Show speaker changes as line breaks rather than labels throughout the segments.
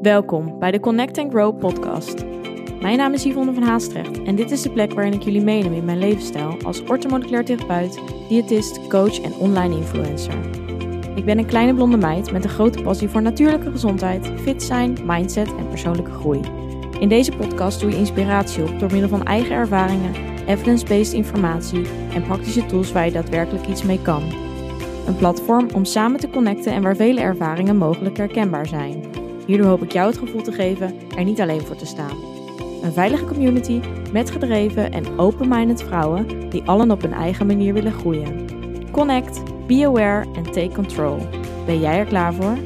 Welkom bij de Connect & Grow podcast. Mijn naam is Yvonne van Haastrecht en dit is de plek waarin ik jullie meeneem in mijn levensstijl als orthomoleculair therapeut, diëtist, coach en online influencer. Ik ben een kleine blonde meid met een grote passie voor natuurlijke gezondheid, fit zijn, mindset en persoonlijke groei. In deze podcast doe je inspiratie op door middel van eigen ervaringen, evidence-based informatie en praktische tools waar je daadwerkelijk iets mee kan. Een platform om samen te connecten en waar vele ervaringen mogelijk herkenbaar zijn. Hierdoor hoop ik jou het gevoel te geven er niet alleen voor te staan. Een veilige community met gedreven en open-minded vrouwen die allen op hun eigen manier willen groeien. Connect, be aware en take control. Ben jij er klaar voor?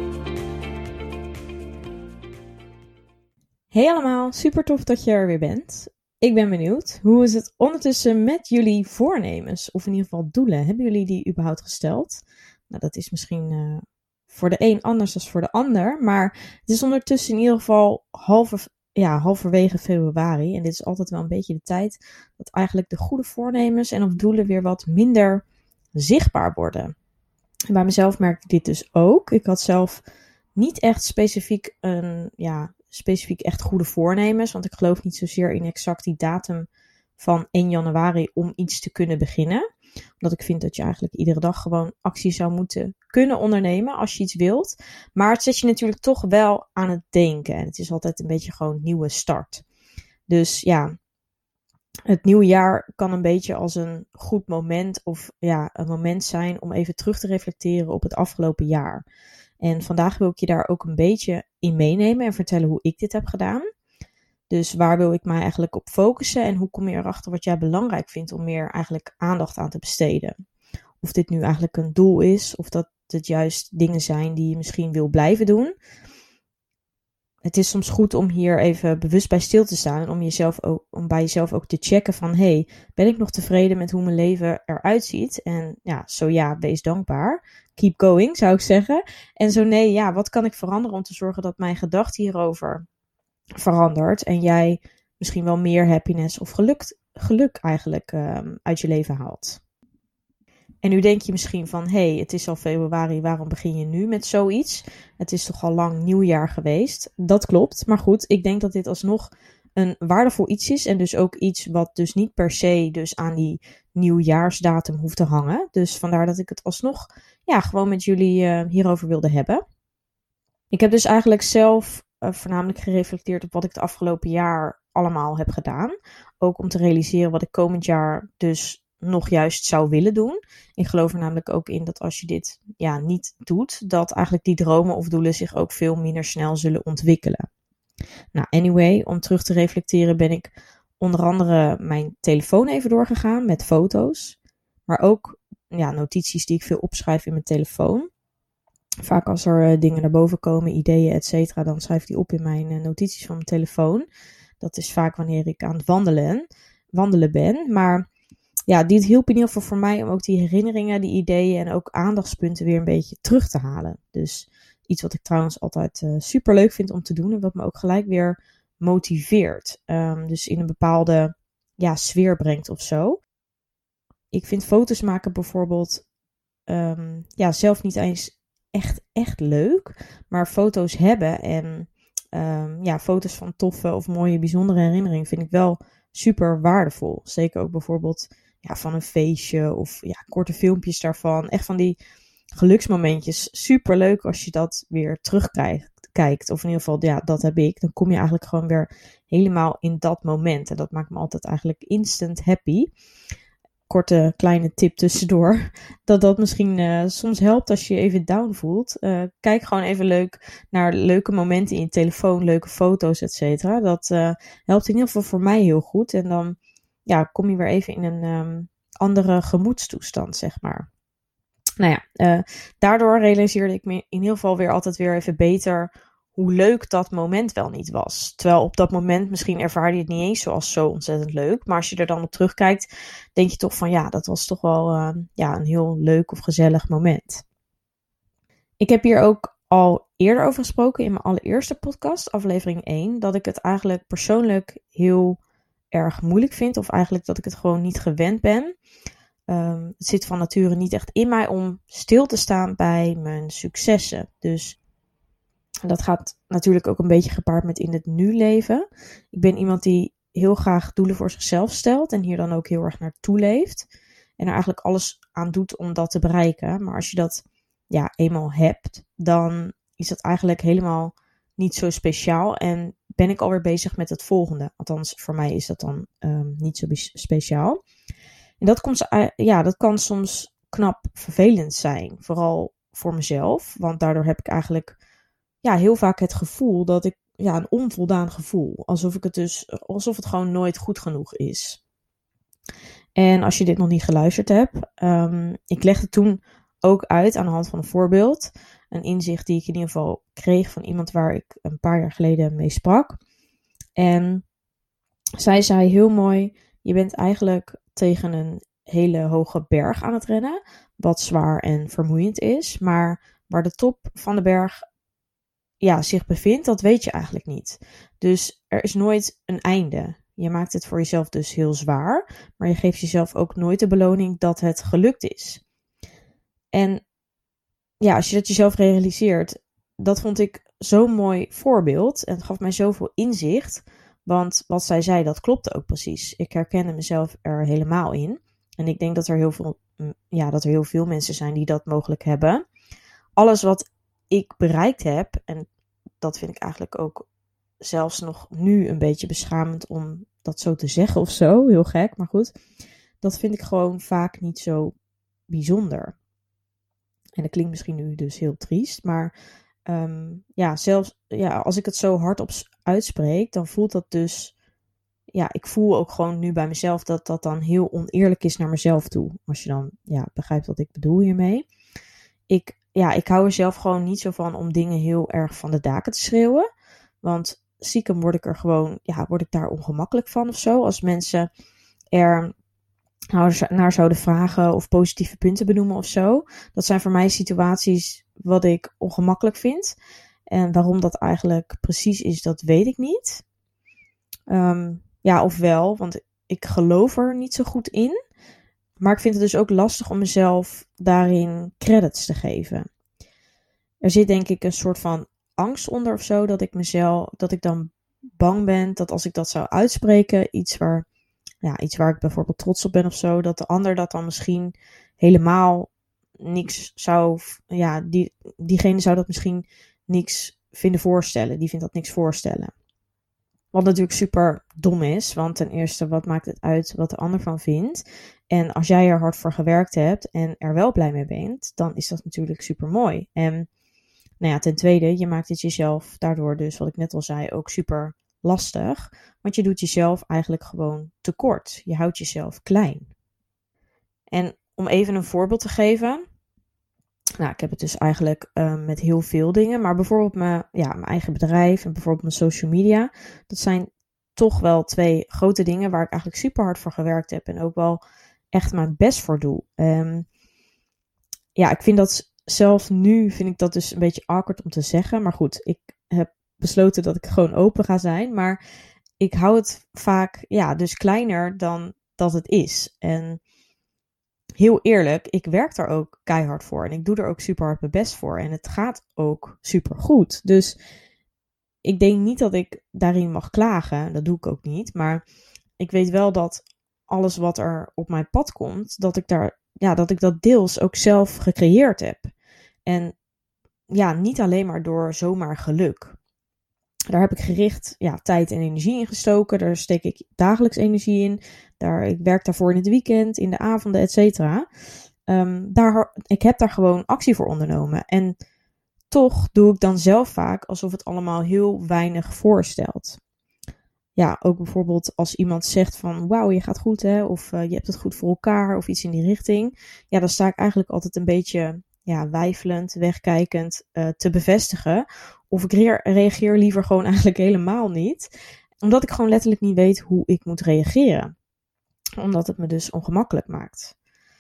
Hey allemaal, super tof dat je er weer bent. Ik ben benieuwd, hoe is het ondertussen met jullie voornemens? Of in ieder geval doelen? Hebben jullie die überhaupt gesteld? Nou, dat is misschien voor de een anders dan voor de ander. Maar het is ondertussen in ieder geval halverwege februari. En dit is altijd wel een beetje de tijd dat eigenlijk de goede voornemens en of doelen weer wat minder zichtbaar worden. En bij mezelf merk ik dit dus ook. Ik had zelf niet echt specifiek echt goede voornemens. Want ik geloof niet zozeer in exact die datum van 1 januari om iets te kunnen beginnen. Omdat ik vind dat je eigenlijk iedere dag gewoon actie zou moeten kunnen ondernemen als je iets wilt. Maar het zet je natuurlijk toch wel aan het denken. En het is altijd een beetje gewoon een nieuwe start. Dus ja, het nieuwe jaar kan een beetje als een goed moment of een moment zijn om even terug te reflecteren op het afgelopen jaar. En vandaag wil ik je daar ook een beetje in meenemen en vertellen hoe ik dit heb gedaan. Dus waar wil ik mij eigenlijk op focussen en hoe kom je erachter wat jij belangrijk vindt om meer eigenlijk aandacht aan te besteden. Of dit nu eigenlijk een doel is of dat het juist dingen zijn die je misschien wil blijven doen. Het is soms goed om hier even bewust bij stil te staan en om bij jezelf ook te checken van ben ik nog tevreden met hoe mijn leven eruit ziet? En zo ja, wees dankbaar. Keep going, zou ik zeggen. En zo nee, wat kan ik veranderen om te zorgen dat mijn gedachte hierover verandert en jij misschien wel meer happiness of geluk eigenlijk uit je leven haalt. En nu denk je misschien van, het is al februari, waarom begin je nu met zoiets? Het is toch al lang nieuwjaar geweest? Dat klopt, maar goed, ik denk dat dit alsnog een waardevol iets is en dus ook iets wat dus niet per se dus aan die nieuwjaarsdatum hoeft te hangen. Dus vandaar dat ik het alsnog gewoon met jullie hierover wilde hebben. Ik heb dus eigenlijk zelf voornamelijk gereflecteerd op wat ik het afgelopen jaar allemaal heb gedaan. Ook om te realiseren wat ik komend jaar dus nog juist zou willen doen. Ik geloof er namelijk ook in dat als je dit niet doet, dat eigenlijk die dromen of doelen zich ook veel minder snel zullen ontwikkelen. Nou, anyway, om terug te reflecteren ben ik onder andere mijn telefoon even doorgegaan met foto's. Maar ook notities die ik veel opschrijf in mijn telefoon. Vaak als er dingen naar boven komen, ideeën, et cetera, dan schrijf ik die op in mijn notities van mijn telefoon. Dat is vaak wanneer ik aan het wandelen ben. Maar dit hielp in ieder geval voor mij om ook die herinneringen, die ideeën en ook aandachtspunten weer een beetje terug te halen. Dus iets wat ik trouwens altijd super leuk vind om te doen en wat me ook gelijk weer motiveert. Dus in een bepaalde sfeer brengt of zo. Ik vind foto's maken bijvoorbeeld zelf niet eens echt leuk, maar foto's hebben en foto's van toffe of mooie bijzondere herinneringen vind ik wel super waardevol. Zeker ook bijvoorbeeld van een feestje of korte filmpjes daarvan. Echt van die geluksmomentjes. Super leuk als je dat weer terugkijkt. Of in ieder geval, dat heb ik. Dan kom je eigenlijk gewoon weer helemaal in dat moment. En dat maakt me altijd eigenlijk instant happy. Korte kleine tip tussendoor. Dat misschien soms helpt als je je even down voelt. Kijk gewoon even leuk naar leuke momenten in je telefoon. Leuke foto's, et cetera. Dat helpt in ieder geval voor mij heel goed. En dan kom je weer even in een andere gemoedstoestand, zeg maar. Daardoor realiseerde ik me in ieder geval weer altijd weer even beter hoe leuk dat moment wel niet was. Terwijl op dat moment misschien ervaarde je het niet eens zoals zo ontzettend leuk. Maar als je er dan op terugkijkt, denk je toch van dat was toch wel een heel leuk of gezellig moment. Ik heb hier ook al eerder over gesproken in mijn allereerste podcast, aflevering 1, dat ik het eigenlijk persoonlijk heel erg moeilijk vind. Of eigenlijk dat ik het gewoon niet gewend ben. Het zit van nature niet echt in mij om stil te staan bij mijn successen. Dus En dat gaat natuurlijk ook een beetje gepaard met in het nu leven. Ik ben iemand die heel graag doelen voor zichzelf stelt en hier dan ook heel erg naartoe leeft. En er eigenlijk alles aan doet om dat te bereiken. Maar als je dat eenmaal hebt, dan is dat eigenlijk helemaal niet zo speciaal. En ben ik alweer bezig met het volgende. Althans, voor mij is dat dan niet zo speciaal. En dat kan soms knap vervelend zijn. Vooral voor mezelf. Want daardoor heb ik eigenlijk heel vaak het gevoel dat ik een onvoldaan gevoel. Alsof het gewoon nooit goed genoeg is. En als je dit nog niet geluisterd hebt, ik legde toen ook uit aan de hand van een voorbeeld. Een inzicht die ik in ieder geval kreeg van iemand waar ik een paar jaar geleden mee sprak. En zij zei heel mooi, je bent eigenlijk tegen een hele hoge berg aan het rennen. Wat zwaar en vermoeiend is. Maar waar de top van de berg zich bevindt, dat weet je eigenlijk niet. Dus er is nooit een einde. Je maakt het voor jezelf dus heel zwaar, maar je geeft jezelf ook nooit de beloning dat het gelukt is. En als je dat jezelf realiseert, dat vond ik zo'n mooi voorbeeld en het gaf mij zoveel inzicht, want wat zij zei, dat klopte ook precies. Ik herkende mezelf er helemaal in en ik denk dat er heel veel mensen zijn die dat mogelijk hebben. Alles wat ik bereikt heb, en dat vind ik eigenlijk ook zelfs nog nu een beetje beschamend om dat zo te zeggen of zo. Heel gek, maar goed. Dat vind ik gewoon vaak niet zo bijzonder. En dat klinkt misschien nu dus heel triest, maar als ik het zo hardop uitspreek, dan voelt dat dus, ik voel ook gewoon nu bij mezelf dat dat dan heel oneerlijk is naar mezelf toe. Als je dan begrijpt wat ik bedoel hiermee. Ik hou er zelf gewoon niet zo van om dingen heel erg van de daken te schreeuwen. Want stiekem word ik daar ongemakkelijk van of zo. Als mensen er naar zouden vragen of positieve punten benoemen of zo. Dat zijn voor mij situaties wat ik ongemakkelijk vind. En waarom dat eigenlijk precies is, dat weet ik niet. Ofwel, want ik geloof er niet zo goed in. Maar ik vind het dus ook lastig om mezelf daarin credits te geven. Er zit denk ik een soort van angst onder of zo, dat ik dan bang ben dat als ik dat zou uitspreken, iets waar ik bijvoorbeeld trots op ben of zo, dat de ander dat dan misschien helemaal niks zou, diegene zou dat misschien niks vinden voorstellen. Die vindt dat niks voorstellen. Wat natuurlijk super dom is, want ten eerste, wat maakt het uit wat de ander van vindt? En als jij er hard voor gewerkt hebt en er wel blij mee bent, dan is dat natuurlijk super mooi. En ten tweede, je maakt het jezelf daardoor dus, wat ik net al zei, ook super lastig. Want je doet jezelf eigenlijk gewoon tekort. Je houdt jezelf klein. En om even een voorbeeld te geven. Ik heb het dus eigenlijk met heel veel dingen. Maar bijvoorbeeld mijn eigen bedrijf en bijvoorbeeld mijn social media. Dat zijn toch wel 2 grote dingen waar ik eigenlijk super hard voor gewerkt heb. En ook wel echt mijn best voor doe. Ik vind dat zelf nu, vind ik dat dus een beetje awkward om te zeggen. Maar goed, ik heb besloten dat ik gewoon open ga zijn. Maar ik hou het vaak, dus kleiner dan dat het is. En heel eerlijk, ik werk daar ook keihard voor. En ik doe er ook super hard mijn best voor. En het gaat ook super goed. Dus ik denk niet dat ik daarin mag klagen. Dat doe ik ook niet. Maar ik weet wel dat alles wat er op mijn pad komt, dat ik dat deels ook zelf gecreëerd heb. En niet alleen maar door zomaar geluk. Daar heb ik gericht tijd en energie in gestoken. Daar steek ik dagelijks energie in. Ik werk daarvoor in het weekend, in de avonden, et cetera. Ik heb daar gewoon actie voor ondernomen. En toch doe ik dan zelf vaak alsof het allemaal heel weinig voorstelt. Ook bijvoorbeeld als iemand zegt van wauw, je gaat goed hè. Of je hebt het goed voor elkaar. Of iets in die richting. Dan sta ik eigenlijk altijd een beetje weifelend, wegkijkend te bevestigen. Of ik reageer liever gewoon eigenlijk helemaal niet. Omdat ik gewoon letterlijk niet weet hoe ik moet reageren. Omdat het me dus ongemakkelijk maakt.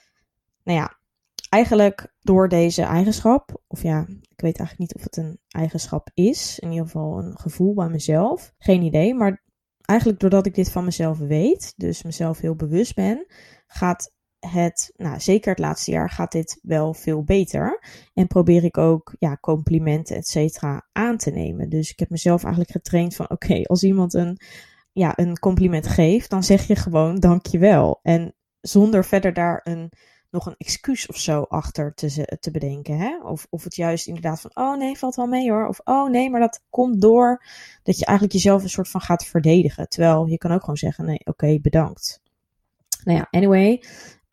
Eigenlijk door deze eigenschap. Of ik weet eigenlijk niet of het een eigenschap is. In ieder geval een gevoel bij mezelf. Geen idee. Maar eigenlijk doordat ik dit van mezelf weet. Dus mezelf heel bewust ben. Gaat zeker het laatste jaar gaat dit wel veel beter. En probeer ik ook complimenten, et cetera, aan te nemen. Dus ik heb mezelf eigenlijk getraind van oké, als iemand een compliment geeft, dan zeg je gewoon dankjewel. En zonder verder daar nog een excuus of zo achter te bedenken. Hè? Of het juist inderdaad van, oh nee, valt wel mee hoor. Of oh nee, maar dat komt door dat je eigenlijk jezelf een soort van gaat verdedigen. Terwijl je kan ook gewoon zeggen, nee, oké, bedankt. Nou ja, anyway.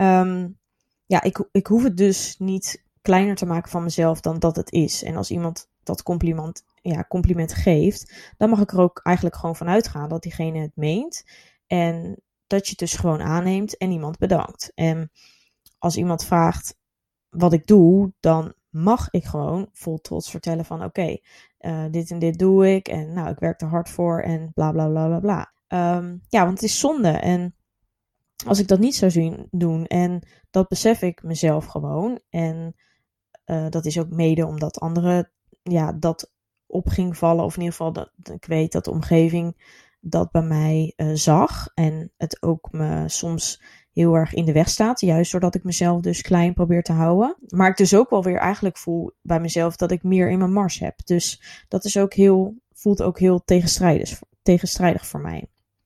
Ik hoef het dus niet kleiner te maken van mezelf dan dat het is. En als iemand dat compliment geeft, dan mag ik er ook eigenlijk gewoon van uitgaan dat diegene het meent. En dat je het dus gewoon aanneemt en iemand bedankt. En als iemand vraagt wat ik doe, dan mag ik gewoon vol trots vertellen van oké, dit en dit doe ik. En nou, ik werk er hard voor en bla bla bla bla bla. Want het is zonde. En als ik dat niet zou doen, en dat besef ik mezelf gewoon. En dat is ook mede omdat anderen dat op ging vallen. Of in ieder geval dat ik weet dat de omgeving dat bij mij zag. En het ook me soms heel erg in de weg staat. Juist doordat ik mezelf dus klein probeer te houden. Maar ik dus ook wel weer eigenlijk voel bij mezelf dat ik meer in mijn mars heb. Dus dat is ook voelt ook heel tegenstrijdig voor mij.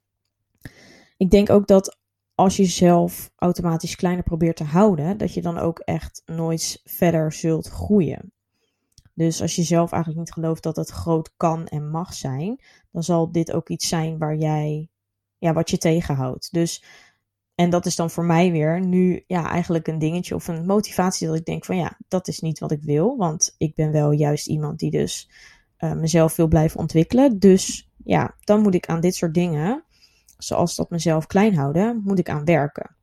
Ik denk ook dat als je jezelf automatisch kleiner probeert te houden, dat je dan ook echt nooit verder zult groeien. Dus als je zelf eigenlijk niet gelooft dat het groot kan en mag zijn, dan zal dit ook iets zijn wat je tegenhoudt. Dus, en dat is dan voor mij weer nu eigenlijk een dingetje of een motivatie dat ik denk van dat is niet wat ik wil. Want ik ben wel juist iemand die dus mezelf wil blijven ontwikkelen. Dus dan moet ik aan dit soort dingen, zoals dat mezelf klein houden, moet ik aan werken.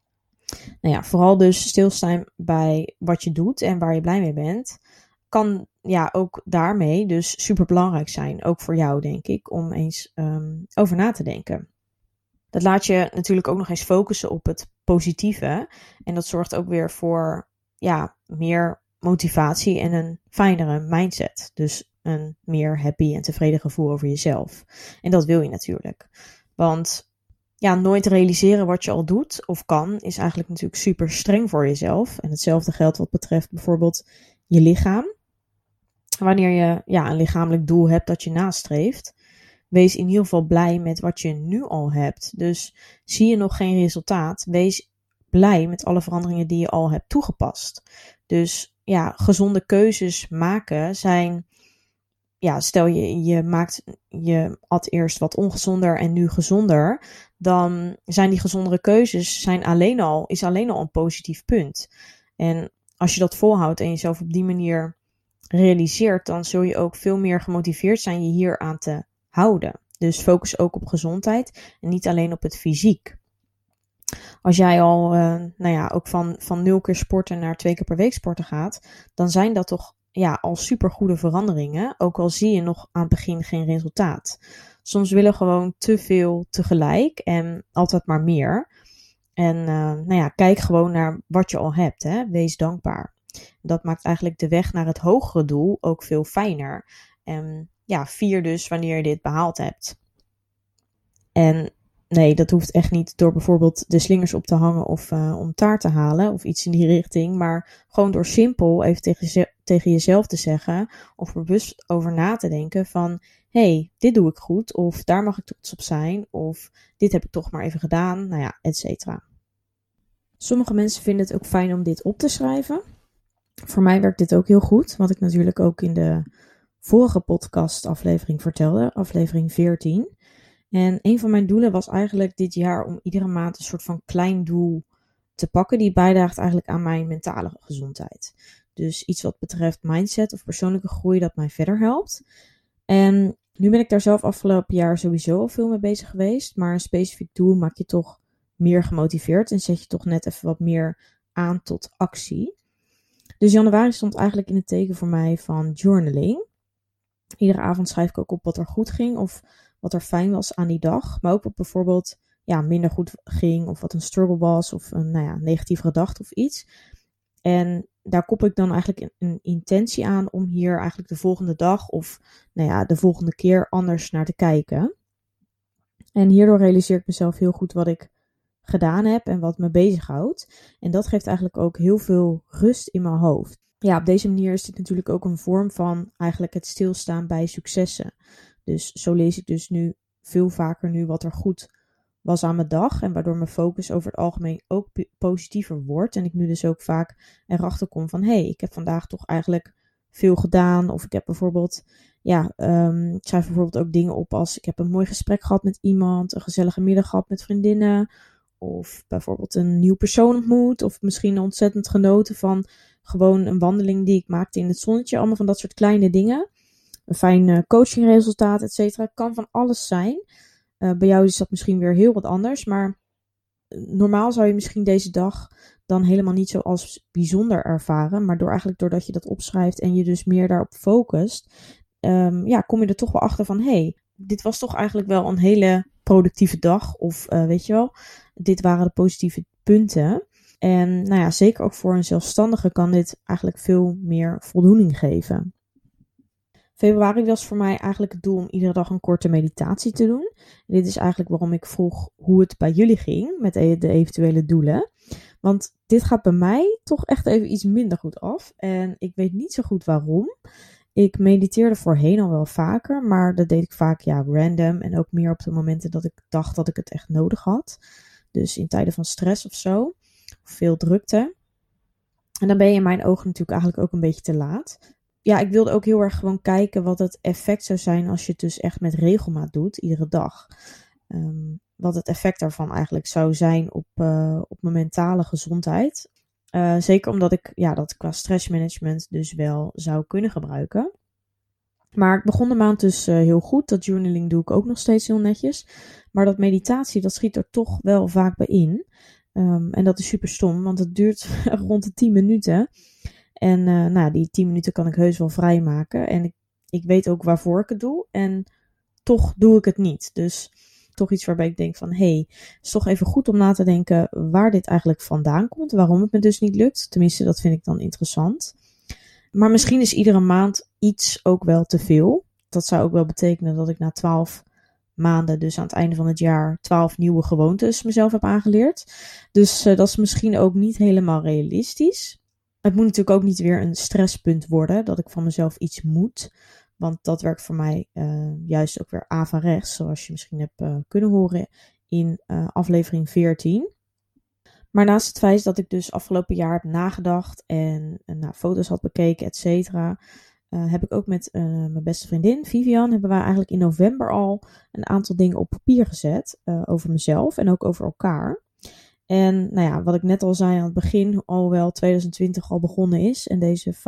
Vooral dus stilstaan bij wat je doet en waar je blij mee bent, kan ook daarmee dus super belangrijk zijn. Ook voor jou, denk ik, om eens over na te denken. Dat laat je natuurlijk ook nog eens focussen op het positieve. En dat zorgt ook weer voor meer motivatie en een fijnere mindset. Dus een meer happy en tevreden gevoel over jezelf. En dat wil je natuurlijk. Want nooit realiseren wat je al doet of kan is eigenlijk natuurlijk super streng voor jezelf. En hetzelfde geldt wat betreft bijvoorbeeld je lichaam. Wanneer je een lichamelijk doel hebt dat je nastreeft, wees in ieder geval blij met wat je nu al hebt. Dus zie je nog geen resultaat, wees blij met alle veranderingen die je al hebt toegepast. Dus gezonde keuzes maken zijn, stel je at eerst wat ongezonder en nu gezonder, dan zijn die gezondere keuzes alleen al een positief punt. En als je dat volhoudt en jezelf op die manier realiseert, dan zul je ook veel meer gemotiveerd zijn je hier aan te houden. Dus focus ook op gezondheid en niet alleen op het fysiek. Als jij al ook van 0 keer sporten naar 2 keer per week sporten gaat, dan zijn dat toch al supergoede veranderingen, ook al zie je nog aan het begin geen resultaat. Soms willen we gewoon te veel tegelijk en altijd maar meer. En kijk gewoon naar wat je al hebt. Hè? Wees dankbaar. Dat maakt eigenlijk de weg naar het hogere doel ook veel fijner. En vier dus wanneer je dit behaald hebt. En nee, dat hoeft echt niet door bijvoorbeeld de slingers op te hangen of om taart te halen of iets in die richting. Maar gewoon door simpel even tegen jezelf te zeggen of bewust over na te denken van hey, dit doe ik goed of daar mag ik trots op zijn of dit heb ik toch maar even gedaan, et cetera. Sommige mensen vinden het ook fijn om dit op te schrijven. Voor mij werkt dit ook heel goed, wat ik natuurlijk ook in de vorige podcastaflevering vertelde, aflevering 14. En een van mijn doelen was eigenlijk dit jaar om iedere maand een soort van klein doel te pakken die bijdraagt eigenlijk aan mijn mentale gezondheid. Dus iets wat betreft mindset of persoonlijke groei dat mij verder helpt. En nu ben ik daar zelf afgelopen jaar sowieso al veel mee bezig geweest, maar een specifiek doel maak je toch meer gemotiveerd en zet je toch net even wat meer aan tot actie. Dus januari stond eigenlijk in het teken voor mij van journaling. Iedere avond schrijf ik ook op wat er goed ging of wat er fijn was aan die dag. Maar ook wat bijvoorbeeld minder goed ging of wat een struggle was of een negatieve gedachte of iets. En daar koppel ik dan eigenlijk een intentie aan om hier eigenlijk de volgende dag of de volgende keer anders naar te kijken. En hierdoor realiseer ik mezelf heel goed wat ik gedaan heb en wat me bezighoudt. En dat geeft eigenlijk ook heel veel rust in mijn hoofd. Ja, op deze manier is dit natuurlijk ook een vorm van eigenlijk het stilstaan bij successen. Dus zo lees ik dus nu veel vaker nu wat er goed was aan mijn dag. En waardoor mijn focus over het algemeen ook positiever wordt. En ik nu dus ook vaak erachter kom van ik heb vandaag toch eigenlijk veel gedaan. Of ik heb bijvoorbeeld, ik schrijf bijvoorbeeld ook dingen op als ik heb een mooi gesprek gehad met iemand. Een gezellige middag gehad met vriendinnen. Of bijvoorbeeld een nieuw persoon ontmoet. Of misschien ontzettend genoten van gewoon een wandeling die ik maakte in het zonnetje. Allemaal van dat soort kleine dingen. Een fijn coachingresultaat, et cetera. Kan van alles zijn. Bij jou is dat misschien weer heel wat anders. Maar normaal zou je misschien deze dag dan helemaal niet zo als bijzonder ervaren. Maar doordat je dat opschrijft en je dus meer daarop focust. Kom je er toch wel achter van dit was toch eigenlijk wel een hele productieve dag. Of weet je wel, dit waren de positieve punten. En zeker ook voor een zelfstandige kan dit eigenlijk veel meer voldoening geven. Februari was voor mij eigenlijk het doel om iedere dag een korte meditatie te doen. En dit is eigenlijk waarom ik vroeg hoe het bij jullie ging met de eventuele doelen. Want dit gaat bij mij toch echt even iets minder goed af. En ik weet niet zo goed waarom. Ik mediteerde voorheen al wel vaker, maar dat deed ik vaak random. En ook meer op de momenten dat ik dacht dat ik het echt nodig had. Dus in tijden van stress of zo. Of veel drukte. En dan ben je in mijn ogen natuurlijk eigenlijk ook een beetje te laat. Ja, ik wilde ook heel erg gewoon kijken wat het effect zou zijn als je het dus echt met regelmaat doet, iedere dag. Wat het effect daarvan eigenlijk zou zijn op mijn mentale gezondheid. Zeker omdat ik dat qua stressmanagement dus wel zou kunnen gebruiken. Maar ik begon de maand dus heel goed. Dat journaling doe ik ook nog steeds heel netjes. Maar dat meditatie, dat schiet er toch wel vaak bij in. En dat is super stom, want het duurt rond de 10 minuten. En die 10 minuten kan ik heus wel vrijmaken. En ik weet ook waarvoor ik het doe. En toch doe ik het niet. Dus toch iets waarbij ik denk van het is toch even goed om na te denken waar dit eigenlijk vandaan komt. Waarom het me dus niet lukt. Tenminste, dat vind ik dan interessant. Maar misschien is iedere maand iets ook wel te veel. Dat zou ook wel betekenen dat ik na 12 maanden, dus aan het einde van het jaar, 12 nieuwe gewoontes mezelf heb aangeleerd. Dus dat is misschien ook niet helemaal realistisch. Het moet natuurlijk ook niet weer een stresspunt worden, dat ik van mezelf iets moet. Want dat werkt voor mij juist ook weer averechts, zoals je misschien hebt kunnen horen in aflevering 14. Maar naast het feit dat ik dus afgelopen jaar heb nagedacht en foto's had bekeken, et cetera, heb ik ook met mijn beste vriendin Vivian, hebben wij eigenlijk in november al een aantal dingen op papier gezet over mezelf en ook over elkaar. En wat ik net al zei aan het begin, alhoewel 2020 al begonnen is en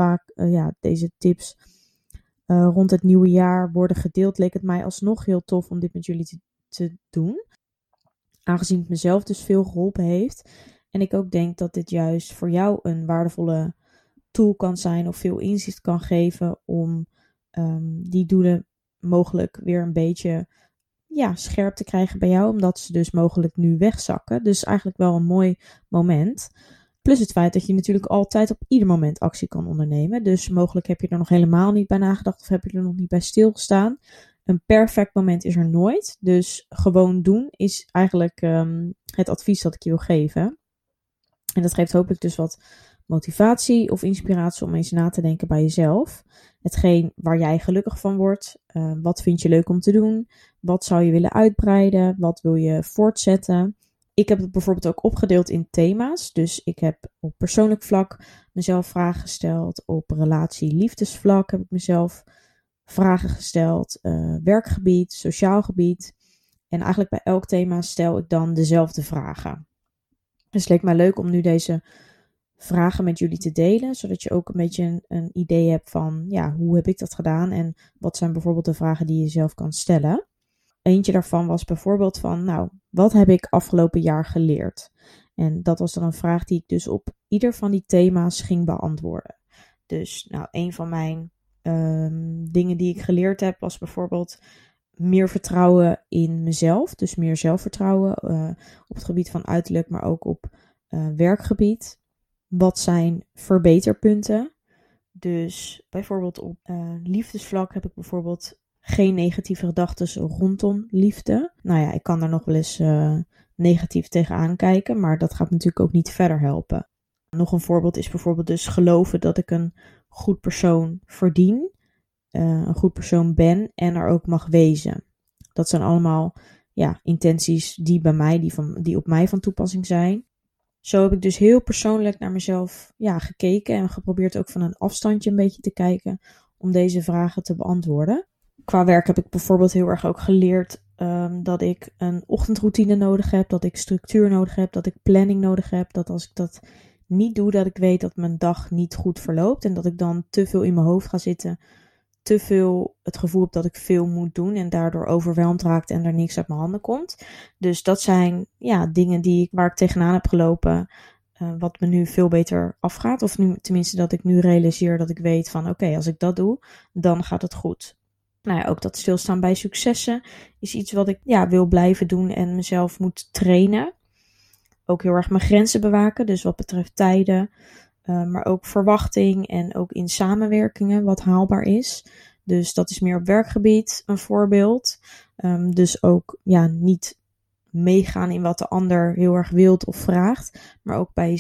deze tips rond het nieuwe jaar worden gedeeld, leek het mij alsnog heel tof om dit met jullie te doen. Aangezien het mezelf dus veel geholpen heeft. En ik ook denk dat dit juist voor jou een waardevolle tool kan zijn of veel inzicht kan geven om die doelen mogelijk weer een beetje scherp te krijgen bij jou. Omdat ze dus mogelijk nu wegzakken. Dus eigenlijk wel een mooi moment. Plus het feit dat je natuurlijk altijd op ieder moment actie kan ondernemen. Dus mogelijk heb je er nog helemaal niet bij nagedacht of heb je er nog niet bij stilgestaan. Een perfect moment is er nooit. Dus gewoon doen is eigenlijk het advies dat ik je wil geven. En dat geeft hopelijk dus wat motivatie of inspiratie om eens na te denken bij jezelf. Hetgeen waar jij gelukkig van wordt. Wat vind je leuk om te doen? Wat zou je willen uitbreiden? Wat wil je voortzetten? Ik heb het bijvoorbeeld ook opgedeeld in thema's. Dus ik heb op persoonlijk vlak mezelf vragen gesteld. Op relatie-liefdesvlak heb ik mezelf vragen gesteld. Werkgebied, sociaal gebied. En eigenlijk bij elk thema stel ik dan dezelfde vragen. Dus het leek mij leuk om nu deze vragen met jullie te delen. Zodat je ook een beetje een idee hebt van hoe heb ik dat gedaan? En wat zijn bijvoorbeeld de vragen die je zelf kan stellen? Eentje daarvan was bijvoorbeeld van, wat heb ik afgelopen jaar geleerd? En dat was dan een vraag die ik dus op ieder van die thema's ging beantwoorden. Dus een van mijn dingen die ik geleerd heb was bijvoorbeeld meer vertrouwen in mezelf. Dus meer zelfvertrouwen op het gebied van uiterlijk, maar ook op werkgebied. Wat zijn verbeterpunten? Dus bijvoorbeeld op liefdesvlak heb ik bijvoorbeeld geen negatieve gedachten rondom liefde. Ik kan daar nog wel eens negatief tegenaan kijken, maar dat gaat natuurlijk ook niet verder helpen. Nog een voorbeeld is bijvoorbeeld dus geloven dat ik een goed persoon verdien, een goed persoon ben en er ook mag wezen. Dat zijn allemaal intenties die op mij van toepassing zijn. Zo heb ik dus heel persoonlijk naar mezelf gekeken en geprobeerd ook van een afstandje een beetje te kijken om deze vragen te beantwoorden. Qua werk heb ik bijvoorbeeld heel erg ook geleerd dat ik een ochtendroutine nodig heb, dat ik structuur nodig heb, dat ik planning nodig heb. Dat als ik dat niet doe, dat ik weet dat mijn dag niet goed verloopt en dat ik dan te veel in mijn hoofd ga zitten, te veel het gevoel heb dat ik veel moet doen en daardoor overweldigd raakt en er niks uit mijn handen komt. Dus dat zijn dingen waar ik tegenaan heb gelopen, wat me nu veel beter afgaat. Of nu, tenminste dat ik nu realiseer dat ik weet van oké, als ik dat doe, dan gaat het goed. Nou ja, ook dat stilstaan bij successen is iets wat ik wil blijven doen en mezelf moet trainen. Ook heel erg mijn grenzen bewaken, dus wat betreft tijden, maar ook verwachting en ook in samenwerkingen wat haalbaar is. Dus dat is meer op werkgebied een voorbeeld. Dus ook niet meegaan in wat de ander heel erg wilt of vraagt, maar ook bij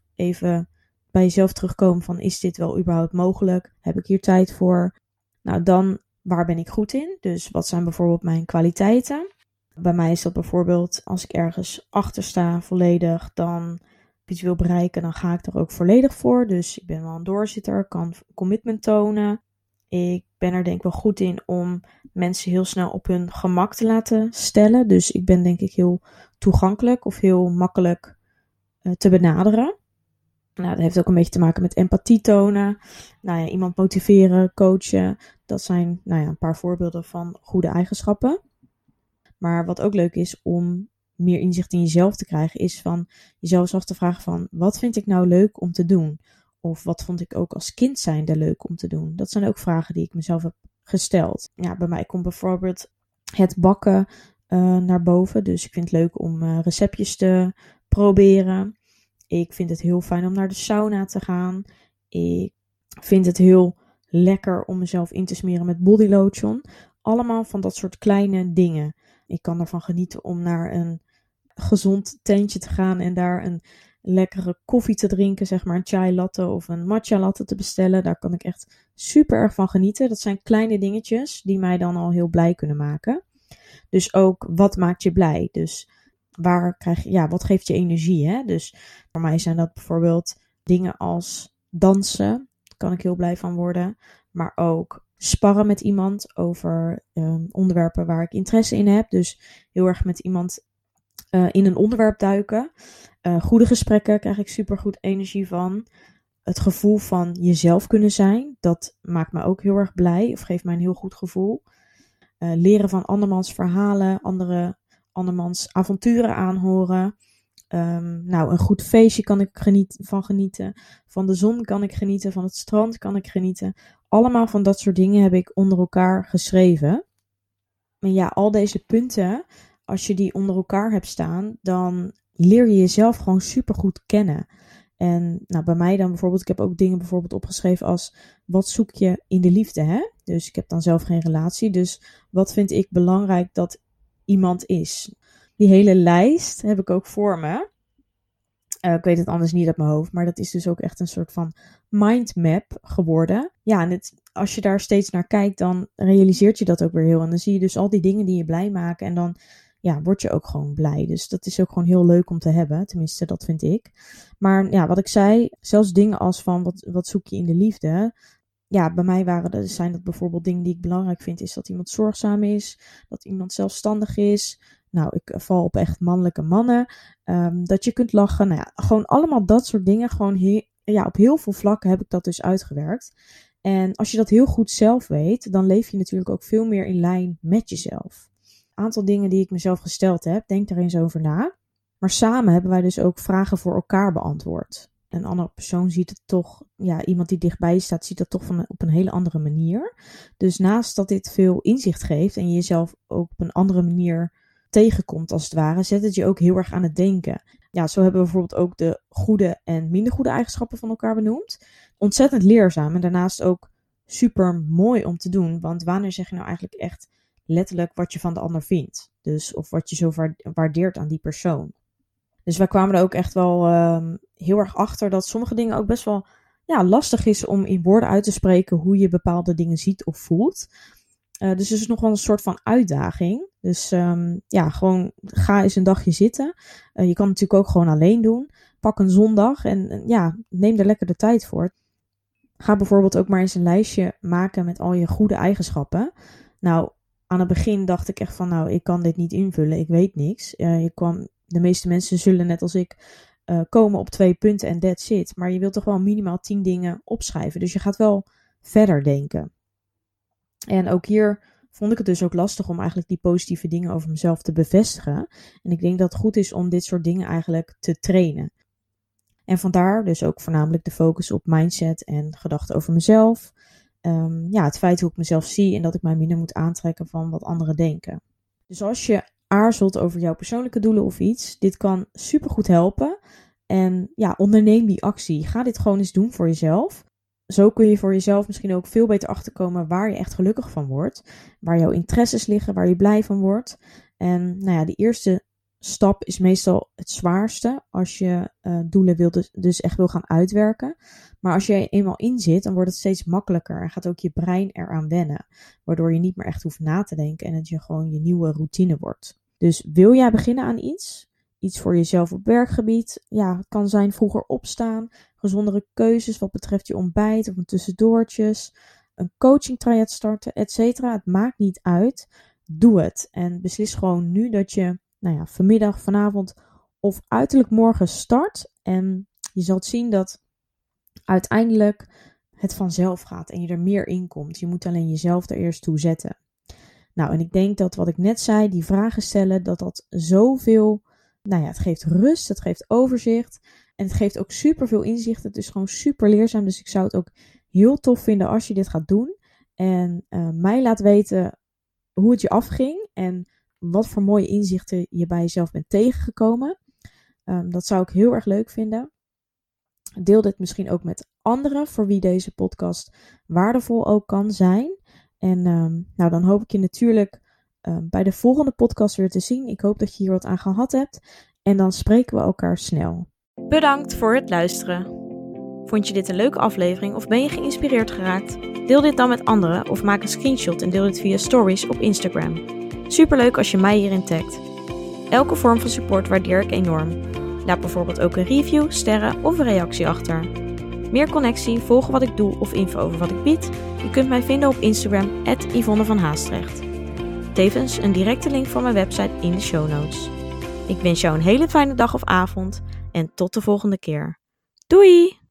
jezelf terugkomen van is dit wel überhaupt mogelijk? Heb ik hier tijd voor? Nou dan, waar ben ik goed in? Dus wat zijn bijvoorbeeld mijn kwaliteiten? Bij mij is dat bijvoorbeeld als ik ergens achter sta volledig, dan iets wil bereiken, dan ga ik er ook volledig voor. Dus ik ben wel een doorzitter, kan commitment tonen. Ik ben er denk ik wel goed in om mensen heel snel op hun gemak te laten stellen. Dus ik ben denk ik heel toegankelijk of heel makkelijk te benaderen. Nou, dat heeft ook een beetje te maken met empathie tonen. Iemand motiveren, coachen. Dat zijn een paar voorbeelden van goede eigenschappen. Maar wat ook leuk is om meer inzicht in jezelf te krijgen, is van jezelf eens af te vragen van wat vind ik nou leuk om te doen? Of wat vond ik ook als kind zijnde leuk om te doen? Dat zijn ook vragen die ik mezelf heb gesteld. Ja, bij mij komt bijvoorbeeld het bakken naar boven. Dus ik vind het leuk om receptjes te proberen. Ik vind het heel fijn om naar de sauna te gaan. Ik vind het heel lekker om mezelf in te smeren met body lotion. Allemaal van dat soort kleine dingen. Ik kan ervan genieten om naar een gezond tentje te gaan en daar een lekkere koffie te drinken, zeg maar een chai latte of een matcha latte te bestellen. Daar kan ik echt super erg van genieten. Dat zijn kleine dingetjes die mij dan al heel blij kunnen maken. Dus ook, wat maakt je blij? Dus wat geeft je energie? Hè? Dus voor mij zijn dat bijvoorbeeld dingen als dansen. Daar kan ik heel blij van worden. Maar ook sparren met iemand over onderwerpen waar ik interesse in heb. Dus heel erg met iemand in een onderwerp duiken. Goede gesprekken krijg ik super goed energie van. Het gevoel van jezelf kunnen zijn, dat maakt me ook heel erg blij of geeft mij een heel goed gevoel. Leren van andermans verhalen, andermans avonturen aanhoren. Een goed feestje kan ik genieten. Van de zon kan ik genieten, van het strand kan ik genieten. Allemaal van dat soort dingen heb ik onder elkaar geschreven. Maar ja, al deze punten, als je die onder elkaar hebt staan, dan leer je jezelf gewoon super goed kennen. En bij mij dan bijvoorbeeld, ik heb ook dingen bijvoorbeeld opgeschreven als, wat zoek je in de liefde, hè? Dus ik heb dan zelf geen relatie, dus wat vind ik belangrijk dat iemand is? Die hele lijst heb ik ook voor me. Ik weet het anders niet uit mijn hoofd, maar dat is dus ook echt een soort van mindmap geworden. Ja, en als je daar steeds naar kijkt, dan realiseert je dat ook weer heel. En dan zie je dus al die dingen die je blij maken en dan word je ook gewoon blij. Dus dat is ook gewoon heel leuk om te hebben, tenminste dat vind ik. Maar wat ik zei, zelfs dingen als van wat zoek je in de liefde. Ja, bij mij zijn dat bijvoorbeeld dingen die ik belangrijk vind, is dat iemand zorgzaam is, dat iemand zelfstandig is. Nou, ik val op echt mannelijke mannen. Dat je kunt lachen. Gewoon allemaal dat soort dingen. Gewoon op heel veel vlakken heb ik dat dus uitgewerkt. En als je dat heel goed zelf weet, dan leef je natuurlijk ook veel meer in lijn met jezelf. Een aantal dingen die ik mezelf gesteld heb, denk daar eens over na. Maar samen hebben wij dus ook vragen voor elkaar beantwoord. Een andere persoon ziet het toch, iemand die dichtbij staat, ziet dat toch op een hele andere manier. Dus naast dat dit veel inzicht geeft en je jezelf ook op een andere manier tegenkomt als het ware, zet het je ook heel erg aan het denken. Ja, zo hebben we bijvoorbeeld ook de goede en minder goede eigenschappen van elkaar benoemd. Ontzettend leerzaam en daarnaast ook super mooi om te doen. Want wanneer zeg je nou eigenlijk echt letterlijk wat je van de ander vindt. Dus of wat je zo waardeert aan die persoon. Dus wij kwamen er ook echt wel heel erg achter dat sommige dingen ook best wel lastig is om in woorden uit te spreken hoe je bepaalde dingen ziet of voelt. Dus het is nog wel een soort van uitdaging. Dus gewoon ga eens een dagje zitten. Je kan het natuurlijk ook gewoon alleen doen. Pak een zondag en neem er lekker de tijd voor. Ga bijvoorbeeld ook maar eens een lijstje maken met al je goede eigenschappen. Nou, aan het begin dacht ik echt van, ik kan dit niet invullen. Ik weet niks. De meeste mensen zullen net als ik komen op 2 punten en that's it. Maar je wilt toch wel minimaal 10 dingen opschrijven. Dus je gaat wel verder denken. En ook hier vond ik het dus ook lastig om eigenlijk die positieve dingen over mezelf te bevestigen. En ik denk dat het goed is om dit soort dingen eigenlijk te trainen. En vandaar dus ook voornamelijk de focus op mindset en gedachten over mezelf. Het feit hoe ik mezelf zie en dat ik mij minder moet aantrekken van wat anderen denken. Dus als je aarzelt over jouw persoonlijke doelen of iets, dit kan supergoed helpen. En onderneem die actie. Ga dit gewoon eens doen voor jezelf. Zo kun je voor jezelf misschien ook veel beter achterkomen waar je echt gelukkig van wordt. Waar jouw interesses liggen, waar je blij van wordt. En die eerste stap is meestal het zwaarste als je doelen dus echt wil gaan uitwerken. Maar als je er eenmaal in zit, dan wordt het steeds makkelijker en gaat ook je brein eraan wennen. Waardoor je niet meer echt hoeft na te denken en het gewoon je nieuwe routine wordt. Dus wil jij beginnen aan iets? Iets voor jezelf op werkgebied? Het kan zijn vroeger opstaan, gezondere keuzes wat betreft je ontbijt of een tussendoortjes, een coachingtraject starten, etc. Het maakt niet uit. Doe het en beslis gewoon nu dat je vanmiddag, vanavond of uiterlijk morgen start. En je zult zien dat uiteindelijk het vanzelf gaat en je er meer in komt. Je moet alleen jezelf er eerst toe zetten. En ik denk dat wat ik net zei, die vragen stellen, dat zoveel, het geeft rust, het geeft overzicht en het geeft ook superveel inzicht. Het is gewoon super leerzaam, dus ik zou het ook heel tof vinden als je dit gaat doen. En mij laat weten hoe het je afging en wat voor mooie inzichten je bij jezelf bent tegengekomen. Dat zou ik heel erg leuk vinden. Deel dit misschien ook met anderen voor wie deze podcast waardevol ook kan zijn. En dan hoop ik je natuurlijk bij de volgende podcast weer te zien. Ik hoop dat je hier wat aan gehad hebt. En dan spreken we elkaar snel.
Bedankt voor het luisteren. Vond je dit een leuke aflevering of ben je geïnspireerd geraakt? Deel dit dan met anderen of maak een screenshot en deel dit via stories op Instagram. Superleuk als je mij hierin tagt. Elke vorm van support waardeer ik enorm. Laat bijvoorbeeld ook een review, sterren of een reactie achter. Meer connectie, volgen wat ik doe of info over wat ik bied? Je kunt mij vinden op Instagram @Yvonne van Haastrecht. Tevens een directe link van mijn website in de show notes. Ik wens jou een hele fijne dag of avond en tot de volgende keer. Doei!